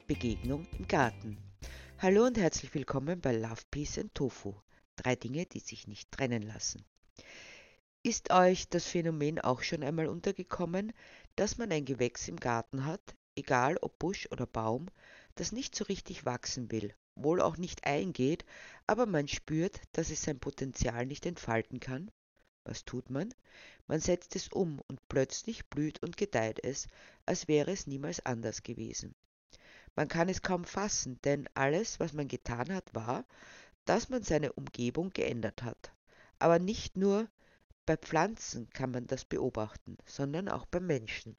Begegnung im Garten. Hallo und herzlich willkommen bei Love, Peace and Tofu. 3 Dinge, die sich nicht trennen lassen. Ist euch das Phänomen auch schon einmal untergekommen, dass man ein Gewächs im Garten hat, egal ob Busch oder Baum, das nicht so richtig wachsen will, wohl auch nicht eingeht, aber man spürt, dass es sein Potenzial nicht entfalten kann? Was tut man? Man setzt es um und plötzlich blüht und gedeiht es, als wäre es niemals anders gewesen. Man kann es kaum fassen, denn alles, was man getan hat, war, dass man seine Umgebung geändert hat. Aber nicht nur bei Pflanzen kann man das beobachten, sondern auch beim Menschen.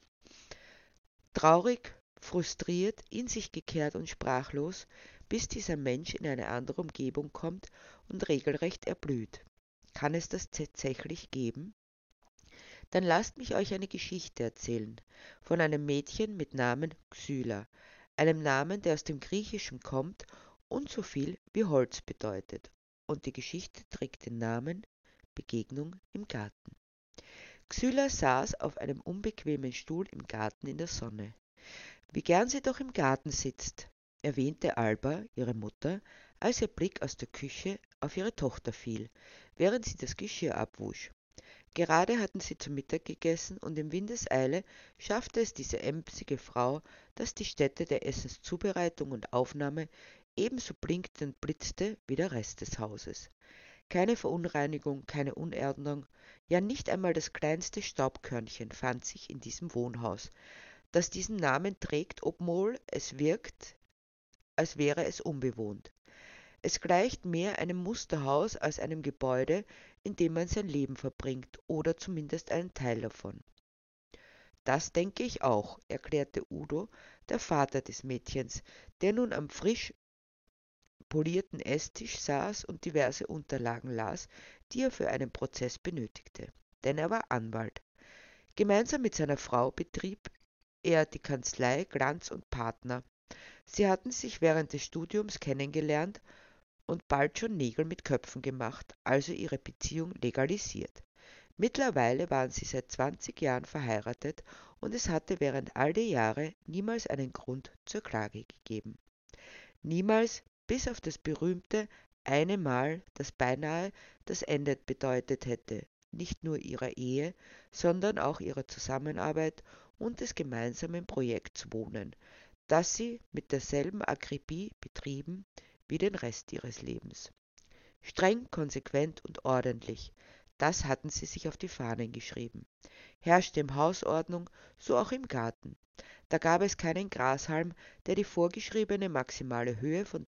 Traurig, frustriert, in sich gekehrt und sprachlos, bis dieser Mensch in eine andere Umgebung kommt und regelrecht erblüht. Kann es das tatsächlich geben? Dann lasst mich euch eine Geschichte erzählen von einem Mädchen mit Namen Xyla, einem Namen, der aus dem Griechischen kommt und so viel wie Holz bedeutet. Und die Geschichte trägt den Namen Begegnung im Garten. Xyla saß auf einem unbequemen Stuhl im Garten in der Sonne. Wie gern sie doch im Garten sitzt, erwähnte Alba, ihre Mutter, als ihr Blick aus der Küche auf ihre Tochter fiel, während sie das Geschirr abwusch. Gerade hatten sie zu Mittag gegessen und in Windeseile schaffte es diese emsige Frau, dass die Stätte der Essenszubereitung und Aufnahme ebenso blinkte und blitzte wie der Rest des Hauses. Keine Verunreinigung, keine Unordnung, ja nicht einmal das kleinste Staubkörnchen fand sich in diesem Wohnhaus, das diesen Namen trägt, obwohl es wirkt, als wäre es unbewohnt. Es gleicht mehr einem Musterhaus als einem Gebäude, in dem man sein Leben verbringt, oder zumindest einen Teil davon. Das denke ich auch, erklärte Udo, der Vater des Mädchens, der nun am frisch polierten Esstisch saß und diverse Unterlagen las, die er für einen Prozess benötigte. Denn er war Anwalt. Gemeinsam mit seiner Frau betrieb er die Kanzlei Glanz und Partner. Sie hatten sich während des Studiums kennengelernt und bald schon Nägel mit Köpfen gemacht, also ihre Beziehung legalisiert. Mittlerweile waren sie seit 20 Jahren verheiratet und es hatte während all der Jahre niemals einen Grund zur Klage gegeben. Niemals, bis auf das berühmte eine Mal, das beinahe das Ende bedeutet hätte, nicht nur ihrer Ehe, sondern auch ihrer Zusammenarbeit und des gemeinsamen Projekts Wohnen, das sie mit derselben Akribie betrieben wie den Rest ihres Lebens. Streng, konsequent und ordentlich, das hatten sie sich auf die Fahnen geschrieben. Herrschte im Haus Ordnung, so auch im Garten. Da gab es keinen Grashalm, der die vorgeschriebene maximale Höhe von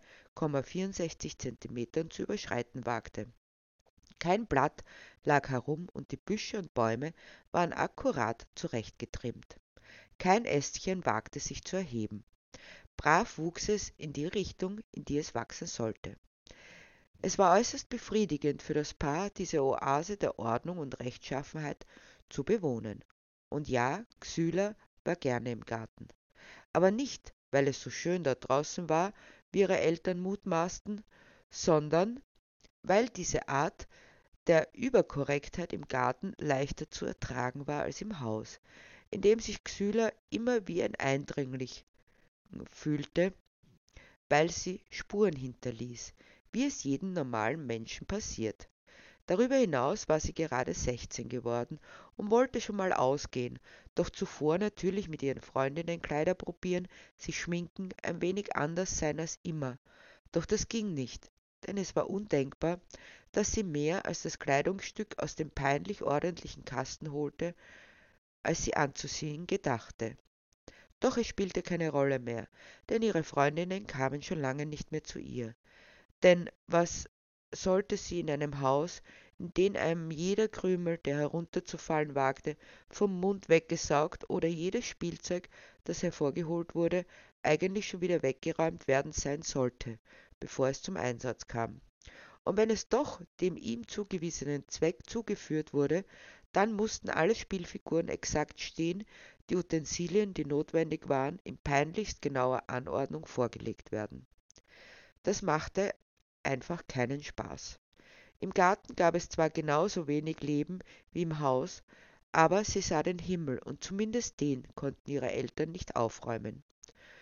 3,64 Zentimetern zu überschreiten wagte. Kein Blatt lag herum und die Büsche und Bäume waren akkurat zurechtgetrimmt. Kein Ästchen wagte sich zu erheben. Brav wuchs es in die Richtung, in die es wachsen sollte. Es war äußerst befriedigend für das Paar, diese Oase der Ordnung und Rechtschaffenheit zu bewohnen. Und ja, Xyla war gerne im Garten. Aber nicht, weil es so schön dort draußen war, wie ihre Eltern mutmaßten, sondern weil diese Art der Überkorrektheit im Garten leichter zu ertragen war als im Haus, in dem sich Xyla immer wie ein Eindringling fühlte, weil sie Spuren hinterließ, wie es jedem normalen Menschen passiert. Darüber hinaus war sie gerade 16 geworden und wollte schon mal ausgehen, doch zuvor natürlich mit ihren Freundinnen Kleider probieren, sich schminken, ein wenig anders sein als immer. Doch das ging nicht, denn es war undenkbar, dass sie mehr als das Kleidungsstück aus dem peinlich ordentlichen Kasten holte, als sie anzuziehen gedachte. Doch es spielte keine Rolle mehr, denn ihre Freundinnen kamen schon lange nicht mehr zu ihr. Denn was sollte sie in einem Haus, in dem einem jeder Krümel, der herunterzufallen wagte, vom Mund weggesaugt oder jedes Spielzeug, das hervorgeholt wurde, eigentlich schon wieder weggeräumt werden sein sollte, bevor es zum Einsatz kam. Und wenn es doch dem ihm zugewiesenen Zweck zugeführt wurde, dann mussten alle Spielfiguren exakt stehen, die Utensilien, die notwendig waren, in peinlichst genauer Anordnung vorgelegt werden. Das machte einfach keinen Spaß. Im Garten gab es zwar genauso wenig Leben wie im Haus, aber sie sah den Himmel und zumindest den konnten ihre Eltern nicht aufräumen.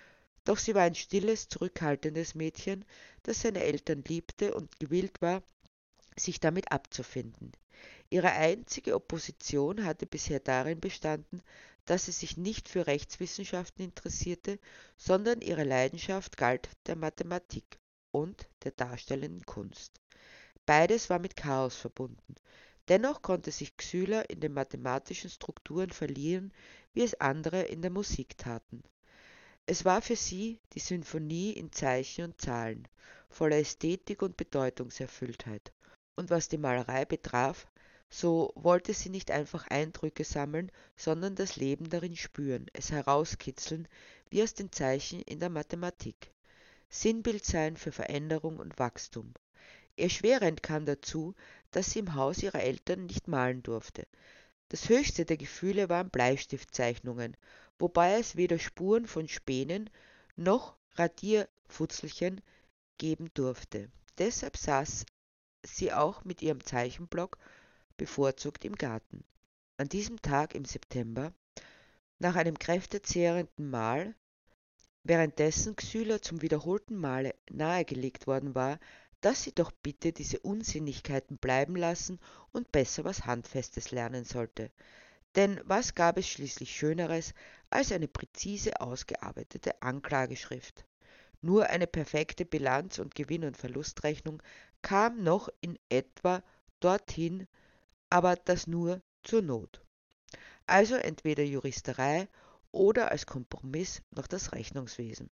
Doch sie war ein stilles, zurückhaltendes Mädchen, das seine Eltern liebte und gewillt war, sich damit abzufinden. Ihre einzige Opposition hatte bisher darin bestanden, dass sie sich nicht für Rechtswissenschaften interessierte, sondern ihre Leidenschaft galt der Mathematik und der darstellenden Kunst. Beides war mit Chaos verbunden. Dennoch konnte sich Xyla in den mathematischen Strukturen verlieren, wie es andere in der Musik taten. Es war für sie die Sinfonie in Zeichen und Zahlen, voller Ästhetik und Bedeutungserfülltheit. Und was die Malerei betraf, so wollte sie nicht einfach Eindrücke sammeln, sondern das Leben darin spüren, es herauskitzeln, wie aus den Zeichen in der Mathematik. Sinnbild sein für Veränderung und Wachstum. Erschwerend kam dazu, dass sie im Haus ihrer Eltern nicht malen durfte. Das höchste der Gefühle waren Bleistiftzeichnungen, wobei es weder Spuren von Spänen noch Radierfutzelchen geben durfte. Deshalb saß sie auch mit ihrem Zeichenblock bevorzugt im Garten. An diesem Tag im September, nach einem kräftezehrenden Mahl, währenddessen Xyla zum wiederholten Male nahegelegt worden war, dass sie doch bitte diese Unsinnigkeiten bleiben lassen und besser was Handfestes lernen sollte. Denn was gab es schließlich Schöneres als eine präzise ausgearbeitete Anklageschrift? Nur eine perfekte Bilanz- und Gewinn- und Verlustrechnung kam noch in etwa dorthin, aber das nur zur Not. Also entweder Juristerei oder als Kompromiss noch das Rechnungswesen.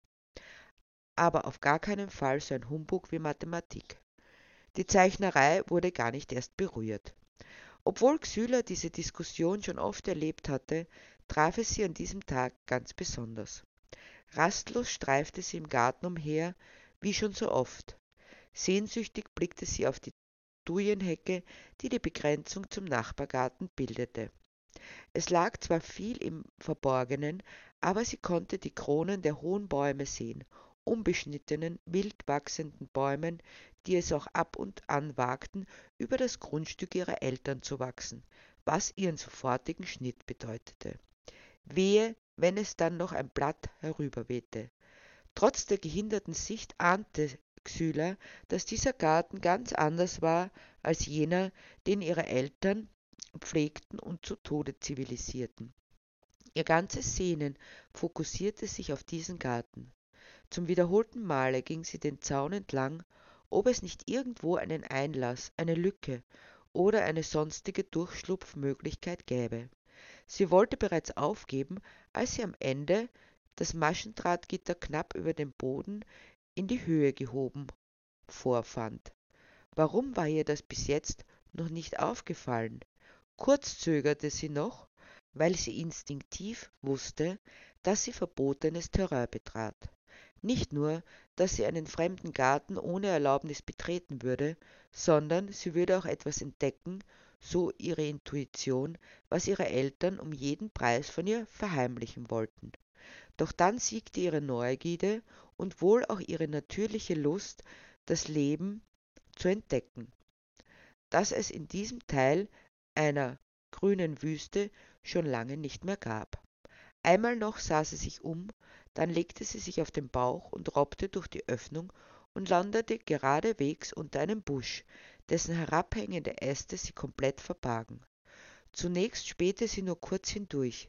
Aber auf gar keinen Fall so ein Humbug wie Mathematik. Die Zeichnerei wurde gar nicht erst berührt. Obwohl Xyla diese Diskussion schon oft erlebt hatte, traf es sie an diesem Tag ganz besonders. Rastlos streifte sie im Garten umher, wie schon so oft. Sehnsüchtig blickte sie auf die Thujenhecke, die die Begrenzung zum Nachbargarten bildete. Es lag zwar viel im Verborgenen, aber sie konnte die Kronen der hohen Bäume sehen, unbeschnittenen, wild wachsenden Bäumen, die es auch ab und an wagten, über das Grundstück ihrer Eltern zu wachsen, was ihren sofortigen Schnitt bedeutete. Wehe, wenn es dann noch ein Blatt herüberwehte. Trotz der gehinderten Sicht ahnte Xyla, dass dieser Garten ganz anders war als jener, den ihre Eltern pflegten und zu Tode zivilisierten. Ihr ganzes Sehnen fokussierte sich auf diesen Garten. Zum wiederholten Male ging sie den Zaun entlang, ob es nicht irgendwo einen Einlass, eine Lücke oder eine sonstige Durchschlupfmöglichkeit gäbe. Sie wollte bereits aufgeben, als sie am Ende das Maschendrahtgitter knapp über den Boden in die Höhe gehoben vorfand. Warum war ihr das bis jetzt noch nicht aufgefallen? Kurz zögerte sie noch, weil sie instinktiv wusste, dass sie verbotenes Terrain betrat. Nicht nur, dass sie einen fremden Garten ohne Erlaubnis betreten würde, sondern sie würde auch etwas entdecken, so ihre Intuition, was ihre Eltern um jeden Preis von ihr verheimlichen wollten. Doch dann siegte ihre Neugierde und wohl auch ihre natürliche Lust, das Leben zu entdecken, das es in diesem Teil einer grünen Wüste schon lange nicht mehr gab. Einmal noch sah sie sich um, dann legte sie sich auf den Bauch und robbte durch die Öffnung und landete geradewegs unter einem Busch, dessen herabhängende Äste sie komplett verbargen. Zunächst spähte sie nur kurz hindurch.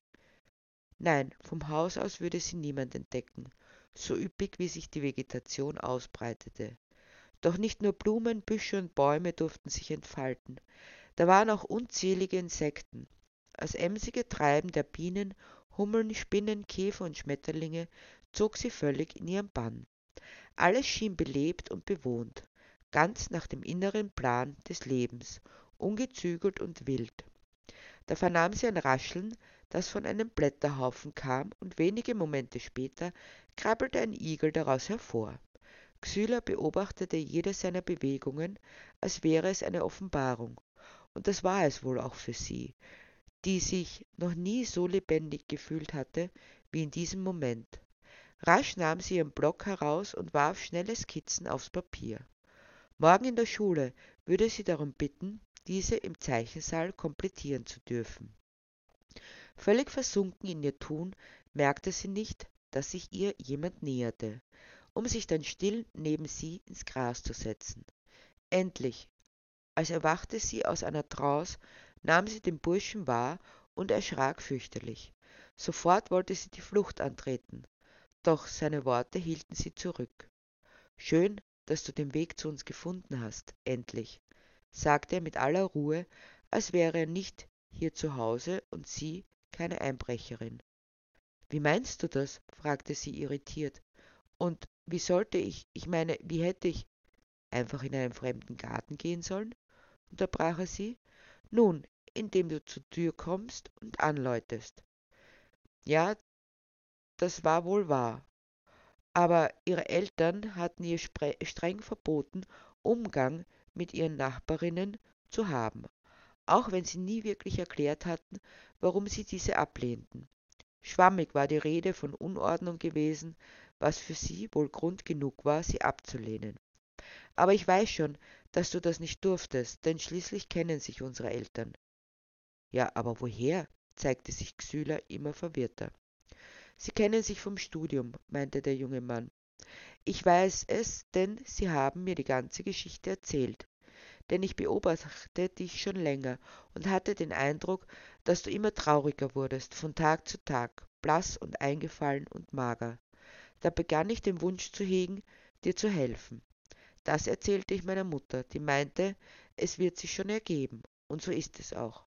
Nein, vom Haus aus würde sie niemand entdecken, so üppig wie sich die Vegetation ausbreitete. Doch nicht nur Blumen, Büsche und Bäume durften sich entfalten, da waren auch unzählige Insekten. Das emsige Treiben der Bienen, Hummeln, Spinnen, Käfer und Schmetterlinge zog sie völlig in ihren Bann. Alles schien belebt und bewohnt, ganz nach dem inneren Plan des Lebens, ungezügelt und wild. Da vernahm sie ein Rascheln, das von einem Blätterhaufen kam, und wenige Momente später krabbelte ein Igel daraus hervor. Xyla beobachtete jede seiner Bewegungen, als wäre es eine Offenbarung, und das war es wohl auch für sie, die sich noch nie so lebendig gefühlt hatte wie in diesem Moment. Rasch nahm sie ihren Block heraus und warf schnelle Skizzen aufs Papier. Morgen in der Schule würde sie darum bitten, diese im Zeichensaal komplettieren zu dürfen. Völlig versunken in ihr Tun, merkte sie nicht, dass sich ihr jemand näherte, um sich dann still neben sie ins Gras zu setzen. Endlich, als erwachte sie aus einer Trance, nahm sie den Burschen wahr und erschrak fürchterlich. Sofort wollte sie die Flucht antreten, doch seine Worte hielten sie zurück. »Schön, dass du den Weg zu uns gefunden hast, endlich«, sagte er mit aller Ruhe, als wäre er nicht hier zu Hause und sie keine Einbrecherin. »Wie meinst du das?« fragte sie irritiert. »Und wie sollte ich meine, wie hätte ich einfach in einen fremden Garten gehen sollen?« unterbrach er sie. »Nun, indem du zur Tür kommst und anläutest.« Ja, das war wohl wahr. Aber ihre Eltern hatten ihr streng verboten, Umgang mit ihren Nachbarinnen zu haben, auch wenn sie nie wirklich erklärt hatten, warum sie diese ablehnten. Schwammig war die Rede von Unordnung gewesen, was für sie wohl Grund genug war, sie abzulehnen. »Aber ich weiß schon, dass du das nicht durftest, denn schließlich kennen sich unsere Eltern.« »Ja, aber woher?« zeigte sich Xyla immer verwirrter. »Sie kennen sich vom Studium«, meinte der junge Mann. »Ich weiß es, denn sie haben mir die ganze Geschichte erzählt. Denn ich beobachtete dich schon länger und hatte den Eindruck, dass du immer trauriger wurdest, von Tag zu Tag, blass und eingefallen und mager. Da begann ich den Wunsch zu hegen, dir zu helfen. Das erzählte ich meiner Mutter, die meinte, es wird sich schon ergeben, und so ist es auch.«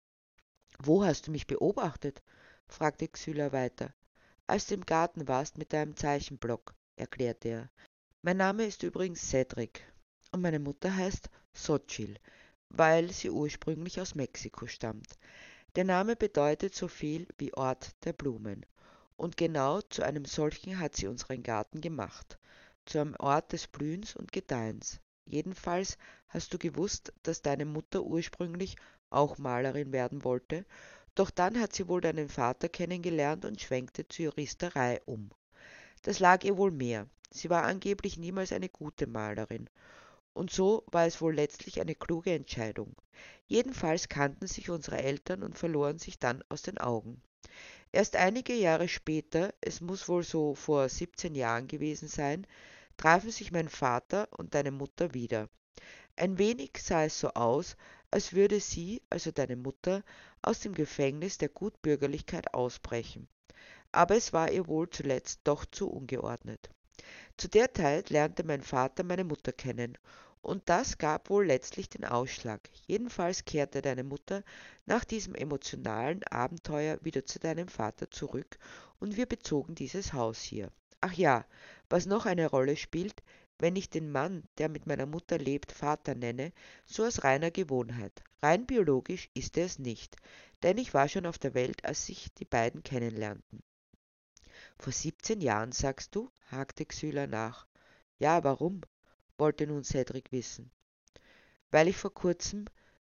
»Wo hast du mich beobachtet?« fragte Xyla weiter. »Als du im Garten warst mit deinem Zeichenblock«, erklärte er. »Mein Name ist übrigens Cedric und meine Mutter heißt Xochitl, weil sie ursprünglich aus Mexiko stammt. Der Name bedeutet so viel wie Ort der Blumen. Und genau zu einem solchen hat sie unseren Garten gemacht, zu einem Ort des Blühens und Gedeihens. Jedenfalls hast du gewusst, dass deine Mutter ursprünglich auch Malerin werden wollte, doch dann hat sie wohl deinen Vater kennengelernt und schwenkte zur Juristerei um. Das lag ihr wohl mehr. Sie war angeblich niemals eine gute Malerin. Und so war es wohl letztlich eine kluge Entscheidung. Jedenfalls kannten sich unsere Eltern und verloren sich dann aus den Augen. Erst einige Jahre später, es muss wohl so vor 17 Jahren gewesen sein, trafen sich mein Vater und deine Mutter wieder. Ein wenig sah es so aus, als würde sie, also deine Mutter, aus dem Gefängnis der Gutbürgerlichkeit ausbrechen. Aber es war ihr wohl zuletzt doch zu ungeordnet. Zu der Zeit lernte mein Vater meine Mutter kennen, und das gab wohl letztlich den Ausschlag. Jedenfalls kehrte deine Mutter nach diesem emotionalen Abenteuer wieder zu deinem Vater zurück, und wir bezogen dieses Haus hier. Ach ja, was noch eine Rolle spielt, wenn ich den Mann, der mit meiner Mutter lebt, Vater nenne, so aus reiner Gewohnheit. Rein biologisch ist er es nicht, denn ich war schon auf der Welt, als sich die beiden kennenlernten.« »Vor 17 Jahren, sagst du?« hakte Xyla nach. »Ja, warum?« wollte nun Cedric wissen. »Weil ich vor kurzem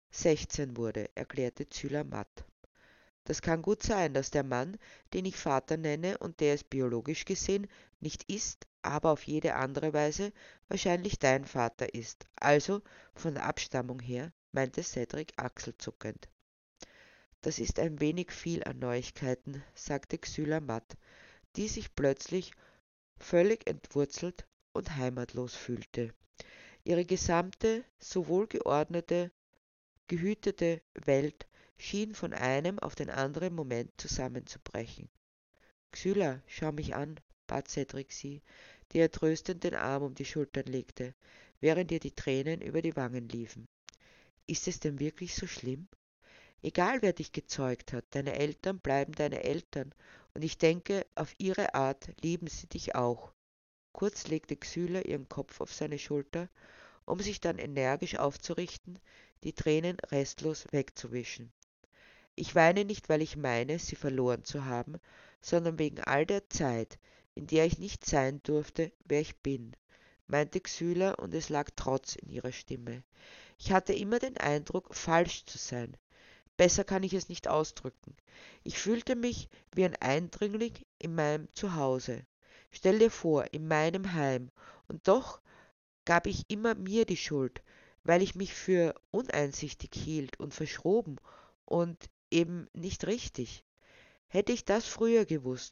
16 wurde«, erklärte Xyla matt. »Das kann gut sein, dass der Mann, den ich Vater nenne und der es biologisch gesehen nicht ist, aber auf jede andere Weise wahrscheinlich dein Vater ist, also von der Abstammung her«, meinte Cedric achselzuckend. »Das ist ein wenig viel an Neuigkeiten«, sagte Xyla matt, die sich plötzlich völlig entwurzelt und heimatlos fühlte. Ihre gesamte, so wohlgeordnete, gehütete Welt schien von einem auf den anderen Moment zusammenzubrechen. »Xyla, schau mich an«, bat Cedric sie, die ihr tröstend den Arm um die Schultern legte, während ihr die Tränen über die Wangen liefen. »Ist es denn wirklich so schlimm? Egal, wer dich gezeugt hat, deine Eltern bleiben deine Eltern, und ich denke, auf ihre Art lieben sie dich auch.« Kurz legte Xyla ihren Kopf auf seine Schulter, um sich dann energisch aufzurichten, die Tränen restlos wegzuwischen. »Ich weine nicht, weil ich meine, sie verloren zu haben, sondern wegen all der Zeit, in der ich nicht sein durfte, wer ich bin«, meinte Xyla, und es lag Trotz in ihrer Stimme. »Ich hatte immer den Eindruck, falsch zu sein. Besser kann ich es nicht ausdrücken. Ich fühlte mich wie ein Eindringling in meinem Zuhause. Stell dir vor, in meinem Heim, und doch gab ich immer mir die Schuld, weil ich mich für uneinsichtig hielt und verschroben und eben nicht richtig. Hätte ich das früher gewusst,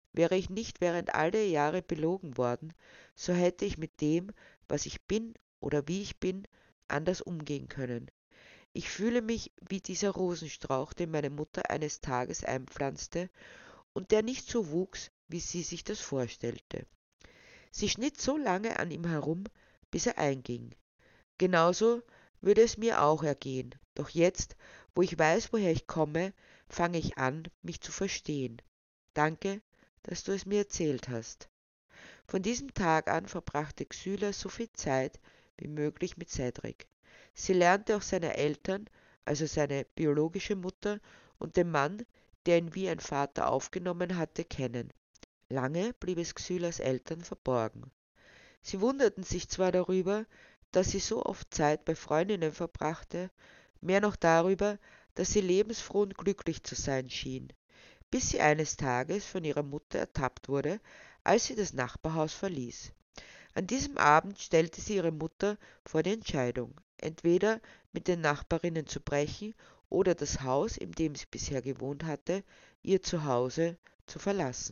Wäre ich nicht während all der Jahre belogen worden, so hätte ich mit dem, was ich bin oder wie ich bin, anders umgehen können. Ich fühle mich wie dieser Rosenstrauch, den meine Mutter eines Tages einpflanzte und der nicht so wuchs, wie sie sich das vorstellte. Sie schnitt so lange an ihm herum, bis er einging. Genauso würde es mir auch ergehen, doch jetzt, wo ich weiß, woher ich komme, fange ich an, mich zu verstehen. Danke, dass du es mir erzählt hast. Von diesem Tag an verbrachte Xyla so viel Zeit wie möglich mit Cedric. Sie lernte auch seine Eltern, also seine biologische Mutter und den Mann, der ihn wie ein Vater aufgenommen hatte, kennen. Lange blieb es Xylas Eltern verborgen. Sie wunderten sich zwar darüber, dass sie so oft Zeit bei Freundinnen verbrachte, mehr noch darüber, dass sie lebensfroh und glücklich zu sein schien, bis sie eines Tages von ihrer Mutter ertappt wurde, als sie das Nachbarhaus verließ. An diesem Abend stellte sie ihre Mutter vor die Entscheidung, entweder mit den Nachbarinnen zu brechen oder das Haus, in dem sie bisher gewohnt hatte, ihr Zuhause zu verlassen.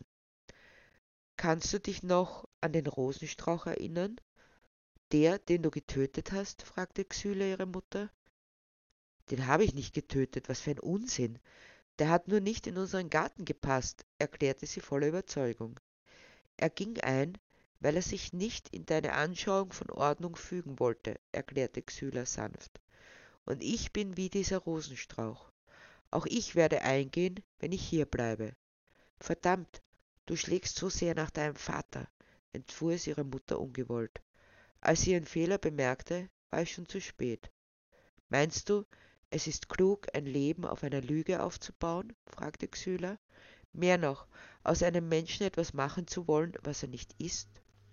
»Kannst du dich noch an den Rosenstrauch erinnern? Der, den du getötet hast?« fragte Xyle ihre Mutter. »Den habe ich nicht getötet, was für ein Unsinn! Der hat nur nicht in unseren Garten gepasst«, erklärte sie voller Überzeugung. »Er ging ein, weil er sich nicht in deine Anschauung von Ordnung fügen wollte«, erklärte Xyla sanft. »Und ich bin wie dieser Rosenstrauch. Auch ich werde eingehen, wenn ich hier bleibe.« »Verdammt, du schlägst so sehr nach deinem Vater«, entfuhr es ihrer Mutter ungewollt. Als sie ihren Fehler bemerkte, war es schon zu spät. »Meinst du, es ist klug, ein Leben auf einer Lüge aufzubauen?« fragte Xyla. »Mehr noch, aus einem Menschen etwas machen zu wollen, was er nicht ist?«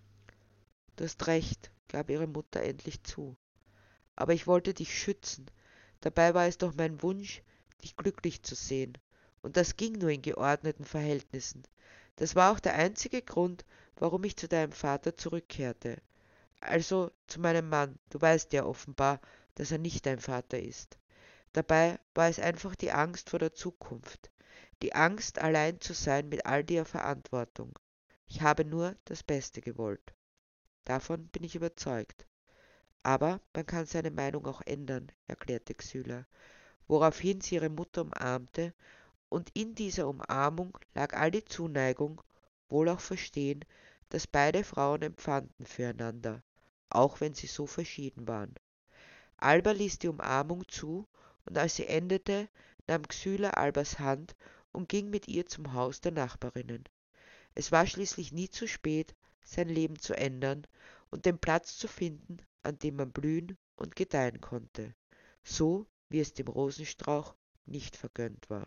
»Du hast recht«, gab ihre Mutter endlich zu. »Aber ich wollte dich schützen. Dabei war es doch mein Wunsch, dich glücklich zu sehen. Und das ging nur in geordneten Verhältnissen. Das war auch der einzige Grund, warum ich zu deinem Vater zurückkehrte. Also zu meinem Mann. Du weißt ja offenbar, dass er nicht dein Vater ist. Dabei war es einfach die Angst vor der Zukunft. Die Angst, allein zu sein mit all der Verantwortung. Ich habe nur das Beste gewollt. Davon bin ich überzeugt. Aber man kann seine Meinung auch ändern«, erklärte Xyla, woraufhin sie ihre Mutter umarmte, und in dieser Umarmung lag all die Zuneigung, wohl auch Verstehen, das beide Frauen empfanden füreinander, auch wenn sie so verschieden waren. Alba ließ die Umarmung zu, und als sie endete, nahm Xyla Albas Hand und ging mit ihr zum Haus der Nachbarinnen. Es war schließlich nie zu spät, sein Leben zu ändern und den Platz zu finden, an dem man blühen und gedeihen konnte, so wie es dem Rosenstrauch nicht vergönnt war.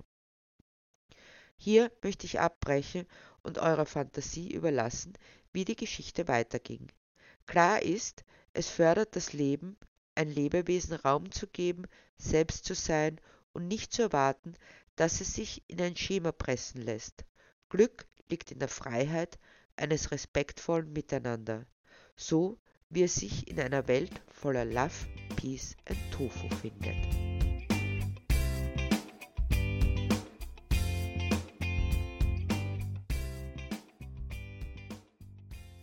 Hier möchte ich abbrechen und eurer Fantasie überlassen, wie die Geschichte weiterging. Klar ist, es fördert das Leben, ein Lebewesen Raum zu geben, selbst zu sein und nicht zu erwarten, dass es sich in ein Schema pressen lässt. Glück liegt in der Freiheit eines respektvollen Miteinander, so wie es sich in einer Welt voller Love, Peace and Tofu findet.